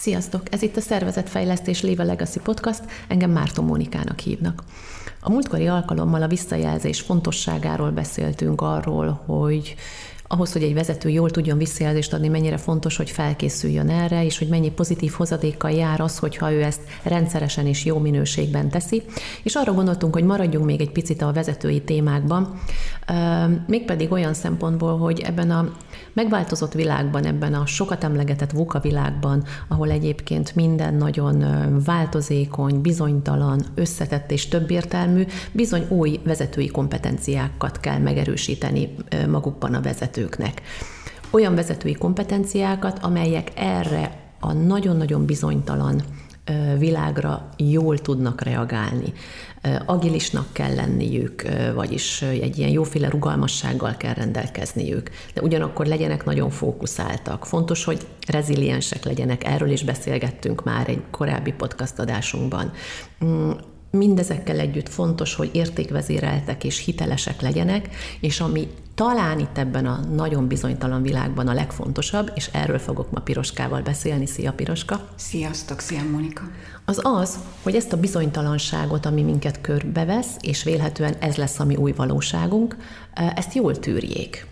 Sziasztok! Ez itt a Szervezetfejlesztés Live a Legacy Podcast, engem Márton Mónikának hívnak. A múltkori alkalommal a visszajelzés fontosságáról beszéltünk, arról, hogy ahhoz, hogy egy vezető jól tudjon visszajelzést adni, mennyire fontos, hogy felkészüljön erre, és hogy mennyi pozitív hozadékkal jár az, hogyha ő ezt rendszeresen és jó minőségben teszi. És arra gondoltunk, hogy maradjunk még egy picit a vezetői témákban, mégpedig olyan szempontból, hogy ebben a megváltozott világban, ebben a sokat emlegetett VUCA világban, ahol egyébként minden nagyon változékony, bizonytalan, összetett és többértelmű, bizony új vezetői kompetenciákat kell megerősíteni magukban a vezetőknek. Olyan vezetői kompetenciákat, amelyek erre a nagyon-nagyon bizonytalan világra jól tudnak reagálni. Agilisnak kell lenniük, vagyis egy ilyen jóféle rugalmassággal kell rendelkezniük, de ugyanakkor legyenek nagyon fókuszáltak. Fontos, hogy reziliensek legyenek, erről is beszélgettünk már egy korábbi podcast adásunkban. Mindezekkel együtt fontos, hogy értékvezéreltek és hitelesek legyenek, és ami talán itt ebben a nagyon bizonytalan világban a legfontosabb, és erről fogok ma Piroskával beszélni. Szia, Piroska! Sziasztok, szia, Mónika! Az, hogy ezt a bizonytalanságot, ami minket körbevesz, és vélhetően ez lesz a mi új valóságunk, ezt jól tűrjék.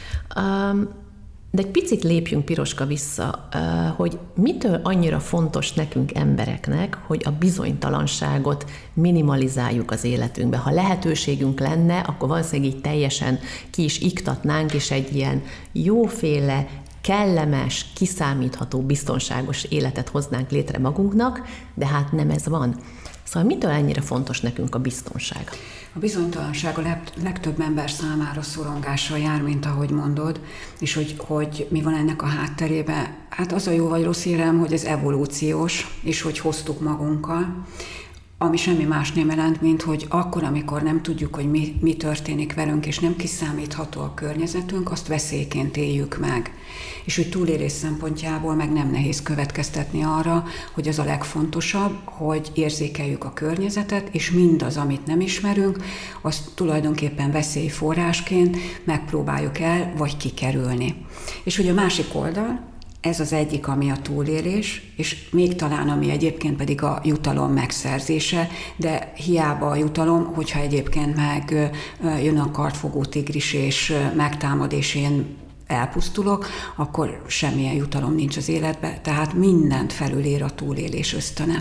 De egy picit lépjünk, Piroska, vissza, hogy mitől annyira fontos nekünk embereknek, hogy a bizonytalanságot minimalizáljuk az életünkbe. Ha lehetőségünk lenne, akkor valószínűleg így teljesen ki is iktatnánk, és egy ilyen jóféle, kellemes, kiszámítható, biztonságos életet hoznánk létre magunknak, de hát nem ez van. Szóval mitől ennyire fontos nekünk a biztonság? A bizonytalanság a legtöbb ember számára szorongással jár, mint ahogy mondod, és hogy mi van ennek a hátterében. Hát az a jó vagy rossz hírem, hogy ez evolúciós, és hogy hoztuk magunkkal, ami semmi más nem jelent, mint hogy akkor, amikor nem tudjuk, hogy mi történik velünk, és nem kiszámítható a környezetünk, azt veszélyként éljük meg. És hogy túlélés szempontjából meg nem nehéz következtetni arra, hogy az a legfontosabb, hogy érzékeljük a környezetet, és mindaz, amit nem ismerünk, azt tulajdonképpen veszélyforrásként megpróbáljuk el, vagy kikerülni. És hogy a másik oldal, ez az egyik, ami a túlélés, és még talán ami egyébként pedig a jutalom megszerzése, de hiába a jutalom, hogyha egyébként meg jön a kardfogó tigris és megtámad, és én elpusztulok, akkor semmilyen jutalom nincs az életben, tehát mindent felülír a túlélés ösztöne.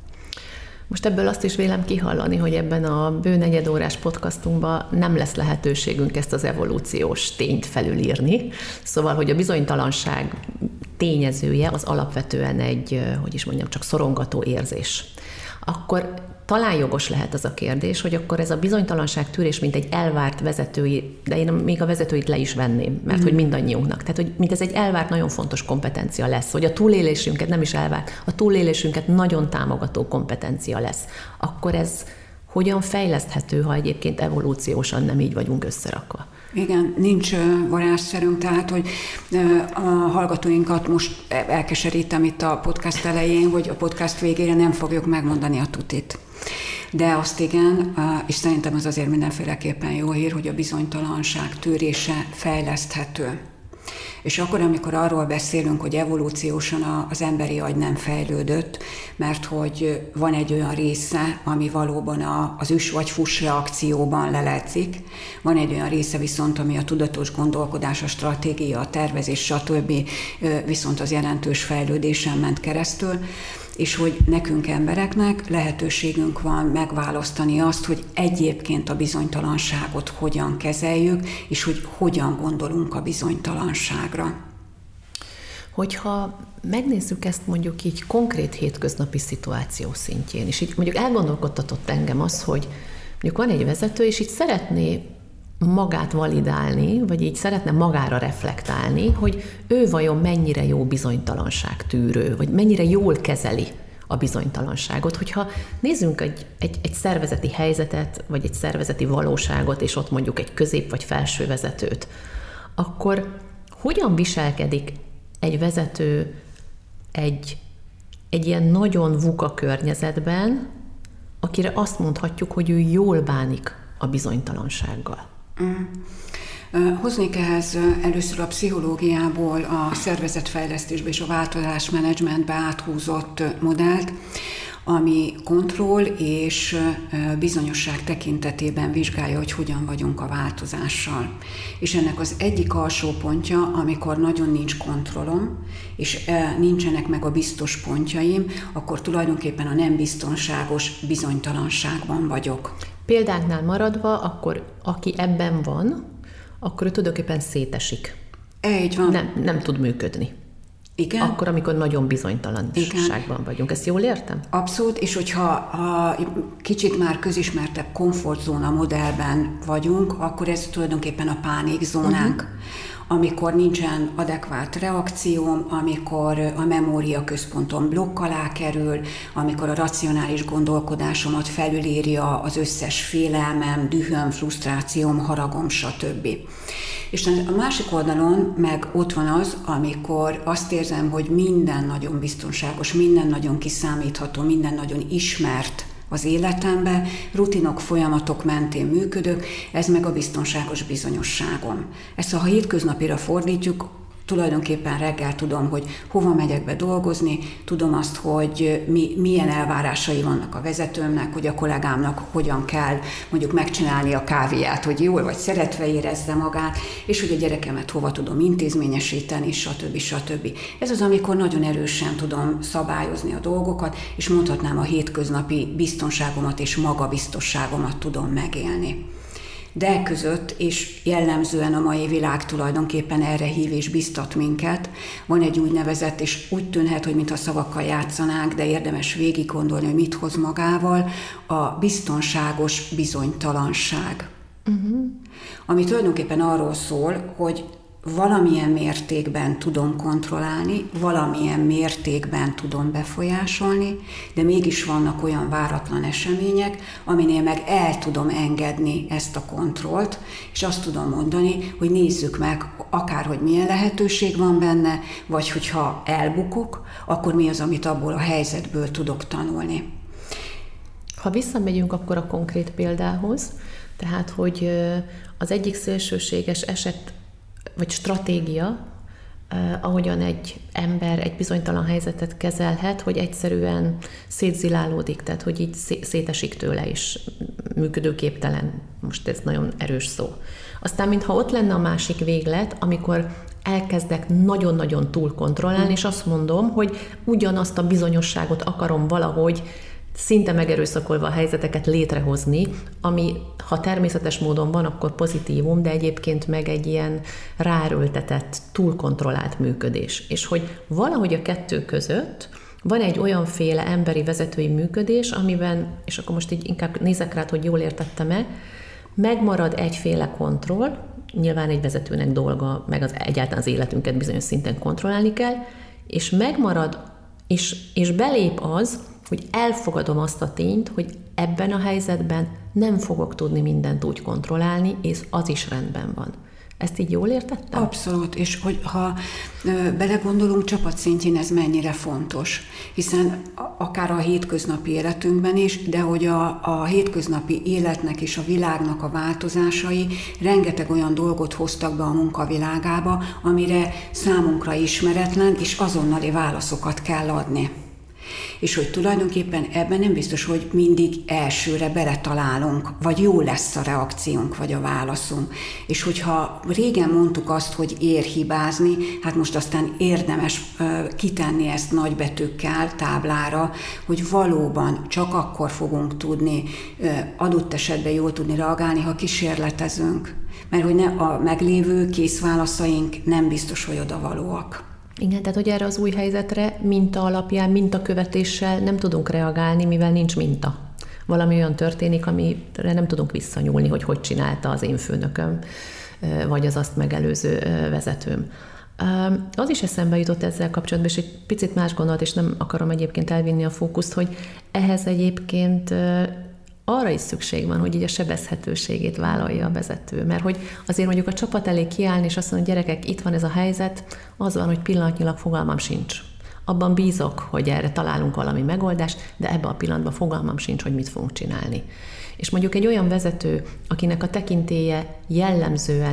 Most ebből azt is vélem kihallani, hogy ebben a bő negyedórás podcastunkban nem lesz lehetőségünk ezt az evolúciós tényt felülírni. Szóval, hogy a bizonytalanság tényezője az alapvetően egy, csak szorongató érzés. Akkor talán jogos lehet az a kérdés, hogy akkor ez a bizonytalanság tűrés, mint egy elvárt vezetői, de én még a vezetőit le is venném, mert hogy mindannyiunknak. Tehát, hogy mint ez egy elvárt, nagyon fontos kompetencia lesz, hogy a túlélésünket nem is elvárt, a túlélésünket nagyon támogató kompetencia lesz. Akkor ez hogyan fejleszthető, ha egyébként evolúciósan nem így vagyunk összerakva? Igen, nincs varázsszerünk, tehát, hogy a hallgatóinkat most elkeserítem itt a podcast elején, hogy a podcast végére nem fogjuk megmondani a tutit. De azt igen, és szerintem az azért mindenféleképpen jó hír, hogy a bizonytalanság tűrése fejleszthető. És akkor, amikor arról beszélünk, hogy evolúciósan az emberi agy nem fejlődött, mert hogy van egy olyan része, ami valóban az üs vagy fuss reakcióban leledzik, van egy olyan része viszont, ami a tudatos gondolkodás, a stratégia, a tervezés, stb. Viszont az jelentős fejlődésen ment keresztül, és hogy nekünk embereknek lehetőségünk van megválasztani azt, hogy egyébként a bizonytalanságot hogyan kezeljük, és hogy hogyan gondolunk a bizonytalanságra. Hogyha megnézzük ezt mondjuk így konkrét hétköznapi szituáció szintjén, és így mondjuk elgondolkodtatott engem az, hogy mondjuk van egy vezető, és így szeretné magát validálni, vagy így szeretne magára reflektálni, hogy ő vajon mennyire jó bizonytalanságtűrő, vagy mennyire jól kezeli a bizonytalanságot. Hogyha nézzünk egy szervezeti helyzetet, vagy egy szervezeti valóságot, és ott mondjuk egy közép- vagy felső vezetőt, akkor hogyan viselkedik egy vezető egy ilyen nagyon VUCA környezetben, akire azt mondhatjuk, hogy ő jól bánik a bizonytalansággal? Hoznék ehhez először a pszichológiából a szervezetfejlesztésbe és a változásmenedzsmentbe áthúzott modellt, ami kontroll és bizonyosság tekintetében vizsgálja, hogy hogyan vagyunk a változással. És ennek az egyik alsó pontja, amikor nagyon nincs kontrollom, és nincsenek meg a biztos pontjaim, akkor tulajdonképpen a nem biztonságos bizonytalanságban vagyok. Példánknál maradva, akkor aki ebben van, akkor ő tulajdonképpen szétesik. Így van. Nem tud működni. Igen. Akkor, amikor nagyon bizonytalanságban vagyunk. Ezt jól értem? Abszolút, és hogyha kicsit már közismertebb komfortzóna modellben vagyunk, akkor ez tulajdonképpen a pánikzónánk, amikor nincsen adekvát reakcióm, amikor a memóriaközpontom blokk alá kerül, amikor a racionális gondolkodásomat felülírja az összes félelmem, dühöm, frusztrációm, haragom, stb. És a másik oldalon meg ott van az, amikor azt érzem, hogy minden nagyon biztonságos, minden nagyon kiszámítható, minden nagyon ismert az életemben, rutinok, folyamatok mentén működök, ez meg a biztonságos bizonyosságom. Ezt ha hétköznapira fordítjuk, tulajdonképpen reggel tudom, hogy hova megyek be dolgozni, tudom azt, hogy milyen elvárásai vannak a vezetőmnek, hogy a kollégámnak hogyan kell mondjuk megcsinálni a kávéját, hogy jól vagy szeretve érezze magát, és hogy a gyerekemet hova tudom intézményesíteni, stb. Ez az, amikor nagyon erősen tudom szabályozni a dolgokat, és mondhatnám, a hétköznapi biztonságomat és magabiztosságomat tudom megélni. De között, és jellemzően a mai világ tulajdonképpen erre hív és biztat minket, van egy úgynevezett, és úgy tűnhet, hogy mintha szavakkal játszanánk, de érdemes végig gondolni, hogy mit hoz magával, a biztonságos bizonytalanság. Ami tulajdonképpen arról szól, hogy valamilyen mértékben tudom kontrollálni, valamilyen mértékben tudom befolyásolni, de mégis vannak olyan váratlan események, aminél meg el tudom engedni ezt a kontrollt, és azt tudom mondani, hogy nézzük meg akárhogy milyen lehetőség van benne, vagy hogyha elbukok, akkor mi az, amit abból a helyzetből tudok tanulni. Ha visszamegyünk akkor a konkrét példához, tehát, hogy az egyik szélsőséges eset vagy stratégia, ahogyan egy ember egy bizonytalan helyzetet kezelhet, hogy egyszerűen szétzilálódik, tehát hogy így szétesik tőle, és működőképtelen. Most ez nagyon erős szó. Aztán, mintha ott lenne a másik véglet, amikor elkezdek nagyon-nagyon túl kontrollálni, és azt mondom, hogy ugyanazt a bizonyosságot akarom valahogy szinte megerőszakolva a helyzeteket létrehozni, ami ha természetes módon van, akkor pozitívum, de egyébként meg egy ilyen ráerőltetett, túlkontrollált működés. És hogy valahogy a kettő között van egy olyanféle emberi vezetői működés, amiben, és akkor most így inkább nézek rád, hogy jól értettem-e, megmarad egyféle kontroll, nyilván egy vezetőnek dolga, meg egyáltalán az életünket bizonyos szinten kontrollálni kell, és megmarad, és belép az, hogy elfogadom azt a tényt, hogy ebben a helyzetben nem fogok tudni mindent úgy kontrollálni, és az is rendben van. Ezt így jól értettem? Abszolút, és hogy ha belegondolunk, csapatszintjén ez mennyire fontos, hiszen akár a hétköznapi életünkben is, de hogy a hétköznapi életnek és a világnak a változásai rengeteg olyan dolgot hoztak be a munkavilágába, amire számunkra ismeretlen és azonnali válaszokat kell adni. És hogy tulajdonképpen ebben nem biztos, hogy mindig elsőre beletalálunk, vagy jó lesz a reakciónk, vagy a válaszunk. És hogyha régen mondtuk azt, hogy ér hibázni, hát most aztán érdemes kitenni ezt nagybetűkkel táblára, hogy valóban csak akkor fogunk tudni adott esetben jól tudni reagálni, ha kísérletezünk. Mert hogy a meglévő kész válaszaink nem biztos, hogy odavalóak. Igen, tehát hogy erre az új helyzetre minta alapján, mintakövetéssel nem tudunk reagálni, mivel nincs minta. Valami olyan történik, amire nem tudunk visszanyúlni, hogy csinálta az én főnököm, vagy az azt megelőző vezetőm. Az is eszembe jutott ezzel kapcsolatban, és egy picit más gondolat, és nem akarom egyébként elvinni a fókuszt, hogy ehhez egyébként arra is szükség van, hogy így a sebezhetőségét vállalja a vezető. Mert hogy azért mondjuk a csapat elé kiállni, és azt mondani, hogy gyerekek, itt van ez a helyzet, az van, hogy pillanatnyilag fogalmam sincs. Abban bízok, hogy erre találunk valami megoldást, de ebben a pillanatban fogalmam sincs, hogy mit fogunk csinálni. És mondjuk egy olyan vezető, akinek a tekintélye jellemzően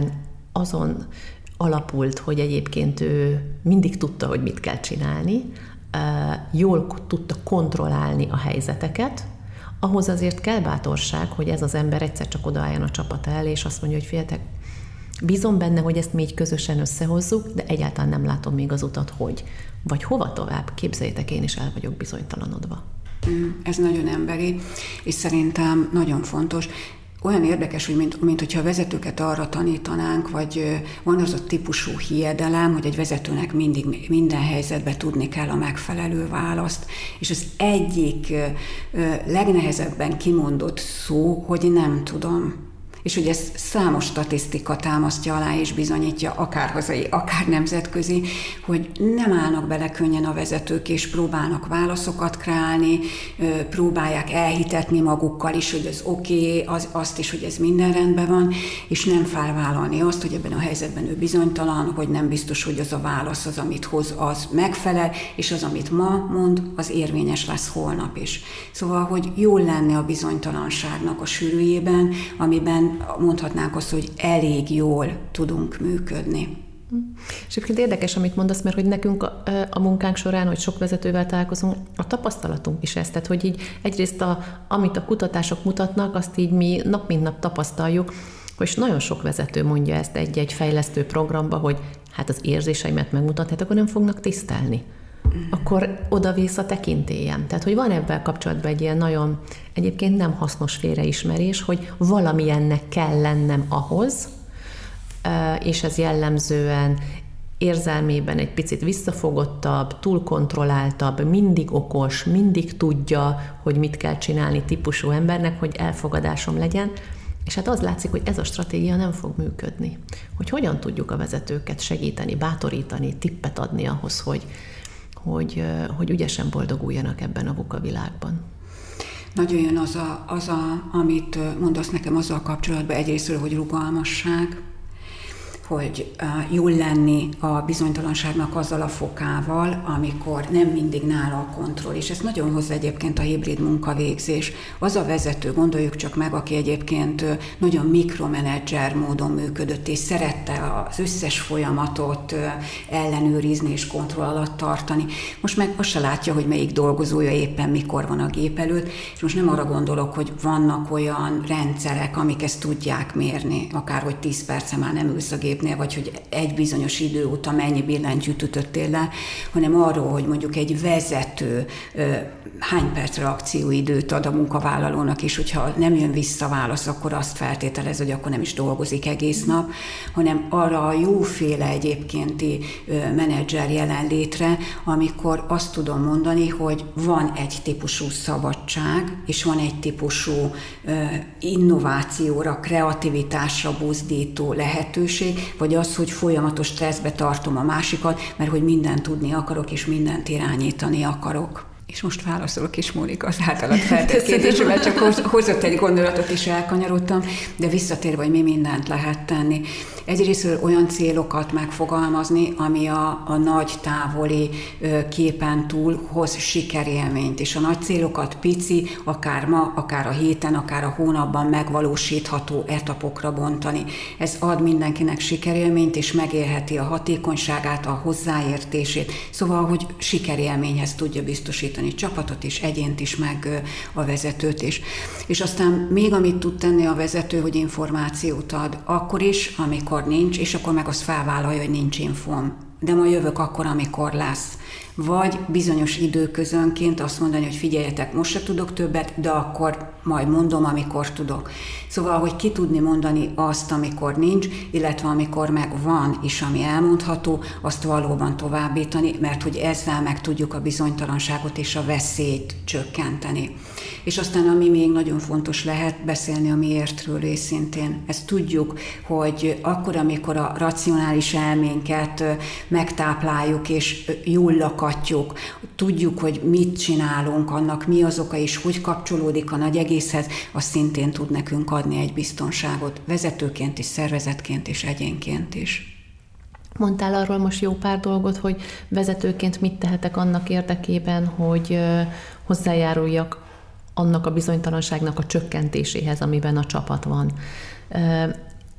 azon alapult, hogy egyébként ő mindig tudta, hogy mit kell csinálni, jól tudta kontrollálni a helyzeteket, ahhoz azért kell bátorság, hogy ez az ember egyszer csak odaálljon a csapat elé, és azt mondja, hogy figyeljetek, bízom benne, hogy ezt mi így közösen összehozzuk, de egyáltalán nem látom még az utat, hogy. Vagy hova tovább, képzeljétek, én is el vagyok bizonytalanodva. Ez nagyon emberi, és szerintem nagyon fontos. Olyan érdekes, hogy mint hogyha a vezetőket arra tanítanánk, vagy van az a típusú hiedelem, hogy egy vezetőnek mindig minden helyzetben tudni kell a megfelelő választ. És az egyik legnehezebben kimondott szó, hogy nem tudom. És hogy ez számos statisztika támasztja alá és bizonyítja, akár hazai, akár nemzetközi, hogy nem állnak bele könnyen a vezetők, és próbálnak válaszokat kreálni, próbálják elhitetni magukkal is, hogy ez oké, azt is, hogy ez minden rendben van, és nem felvállalni azt, hogy ebben a helyzetben ő bizonytalan, hogy nem biztos, hogy az a válasz, az, amit hoz, az megfelel, és az, amit ma mond, az érvényes lesz holnap is. Szóval, hogy jól lenne a bizonytalanságnak a sűrűjében, amiben mondhatnánk azt, hogy elég jól tudunk működni. És egyébként érdekes, amit mondasz, mert hogy nekünk a munkánk során, hogy sok vezetővel találkozunk, a tapasztalatunk is ez, tehát hogy így egyrészt amit a kutatások mutatnak, azt így mi nap mint nap tapasztaljuk, hogy nagyon sok vezető mondja ezt egy-egy fejlesztő programba, hogy hát az érzéseimet megmutatni, hát akkor nem fognak tisztelni. Akkor odavész a tekintélyem. Tehát, hogy van ebben kapcsolatban egy ilyen nagyon egyébként nem hasznos félreismerés, hogy valamilyennek kell lennem ahhoz, és ez jellemzően érzelmében egy picit visszafogottabb, túlkontrolláltabb, mindig okos, mindig tudja, hogy mit kell csinálni típusú embernek, hogy elfogadásom legyen. És hát az látszik, hogy ez a stratégia nem fog működni. Hogy hogyan tudjuk a vezetőket segíteni, bátorítani, tippet adni ahhoz, hogy ügyesen boldoguljanak ebben a VUCA világban. Nagyon jön amit mondasz nekem azzal kapcsolatban, egyrésztről, hogy rugalmasság, hogy jól lenni a bizonytalanságnak azzal a fokával, amikor nem mindig nála a kontroll. És ezt nagyon hozza egyébként a hibrid munkavégzés. Az a vezető, gondoljuk csak meg, aki egyébként nagyon mikromenedzser módon működött, és szerette az összes folyamatot ellenőrizni és kontroll alatt tartani. Most meg azt se látja, hogy melyik dolgozója éppen mikor van a gép előtt, és most nem arra gondolok, hogy vannak olyan rendszerek, amik ezt tudják mérni, akár hogy 10 perce már nem ülsz a gépnél, vagy hogy egy bizonyos idő óta mennyi billentyűt ütöttél le, hanem arról, hogy mondjuk egy vezető hány perc reakcióidőt ad a munkavállalónak, és hogyha nem jön vissza válasz, akkor azt feltételez, hogy akkor nem is dolgozik egész nap, hanem arra a jóféle egyébkénti menedzser jelenlétre, amikor azt tudom mondani, hogy van egy típusú szabadság, és van egy típusú innovációra, kreativitásra buzdító lehetőség, vagy az, hogy folyamatos stresszbe tartom a másikat, mert hogy mindent tudni akarok, és mindent irányítani akarok. És most válaszolok is Mónika az általad feltett kérdésre, csak hozott egy gondolatot is elkanyarodtam, de visszatérve, hogy mi mindent lehet tenni. Egyrészt olyan célokat megfogalmazni, ami a nagy távoli képen túl hoz sikerélményt, és a nagy célokat pici, akár ma, akár a héten, akár a hónapban megvalósítható etapokra bontani. Ez ad mindenkinek sikerélményt, és megélheti a hatékonyságát, a hozzáértését, szóval, hogy sikerélményhez tudja biztosítani csapatot is, egyént is, meg a vezetőt is. És aztán még amit tud tenni a vezető, hogy információt ad, akkor is, amikor nincs, és akkor meg azt felvállalja, hogy nincs infóm. De ma jövök akkor, amikor lesz. Vagy bizonyos időközönként azt mondani, hogy figyeljetek, most se tudok többet, de akkor majd mondom, amikor tudok. Szóval, hogy ki tudni mondani azt, amikor nincs, illetve amikor meg van, és ami elmondható, azt valóban továbbítani, mert hogy ezzel meg tudjuk a bizonytalanságot és a veszélyt csökkenteni. És aztán, ami még nagyon fontos lehet, beszélni a miértről őszintén. Ezt tudjuk, hogy akkor, amikor a racionális elménket megtápláljuk és jól lakatjuk, tudjuk, hogy mit csinálunk, annak mi az oka és hogy kapcsolódik a nagy egészhez, az szintén tud nekünk adni egy biztonságot, vezetőként is, szervezetként is, egyénként is. Mondtál arról most jó pár dolgot, hogy vezetőként mit tehetek annak érdekében, hogy hozzájáruljak annak a bizonytalanságnak a csökkentéséhez, amiben a csapat van.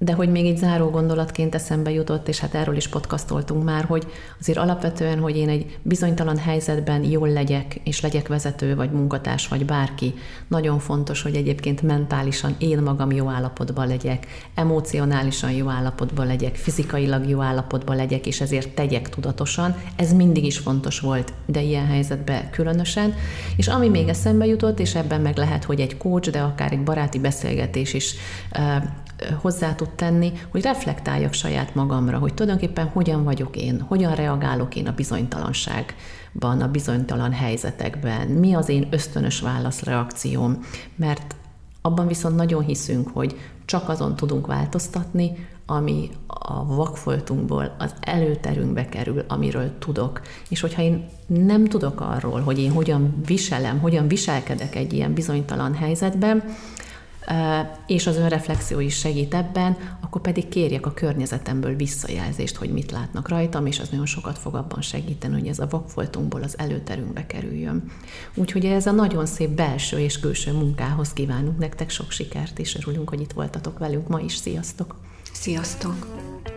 De hogy még egy záró gondolatként eszembe jutott, és hát erről is podcastoltunk már, hogy azért alapvetően, hogy én egy bizonytalan helyzetben jól legyek, és legyek vezető, vagy munkatárs, vagy bárki, nagyon fontos, hogy egyébként mentálisan én magam jó állapotban legyek, emocionálisan jó állapotban legyek, fizikailag jó állapotban legyek, és ezért tegyek tudatosan. Ez mindig is fontos volt, de ilyen helyzetben különösen. És ami még eszembe jutott, és ebben meg lehet, hogy egy coach, de akár egy baráti beszélgetés is hozzá tud tenni, hogy reflektáljak saját magamra, hogy tulajdonképpen hogyan vagyok én, hogyan reagálok én a bizonytalanságban, a bizonytalan helyzetekben, mi az én ösztönös válaszreakcióm, mert abban viszont nagyon hiszünk, hogy csak azon tudunk változtatni, ami a vakfoltunkból az előterünkbe kerül, amiről tudok. És hogyha én nem tudok arról, hogy én hogyan viselkedek egy ilyen bizonytalan helyzetben, és az önreflexió is segít ebben, akkor pedig kérjek a környezetemből visszajelzést, hogy mit látnak rajtam, és az nagyon sokat fog abban segíteni, hogy ez a vakfoltunkból az előterünkbe kerüljön. Úgyhogy ez a nagyon szép belső és külső munkához kívánunk nektek sok sikert, és örülünk, hogy itt voltatok velünk ma is. Sziasztok! Sziasztok!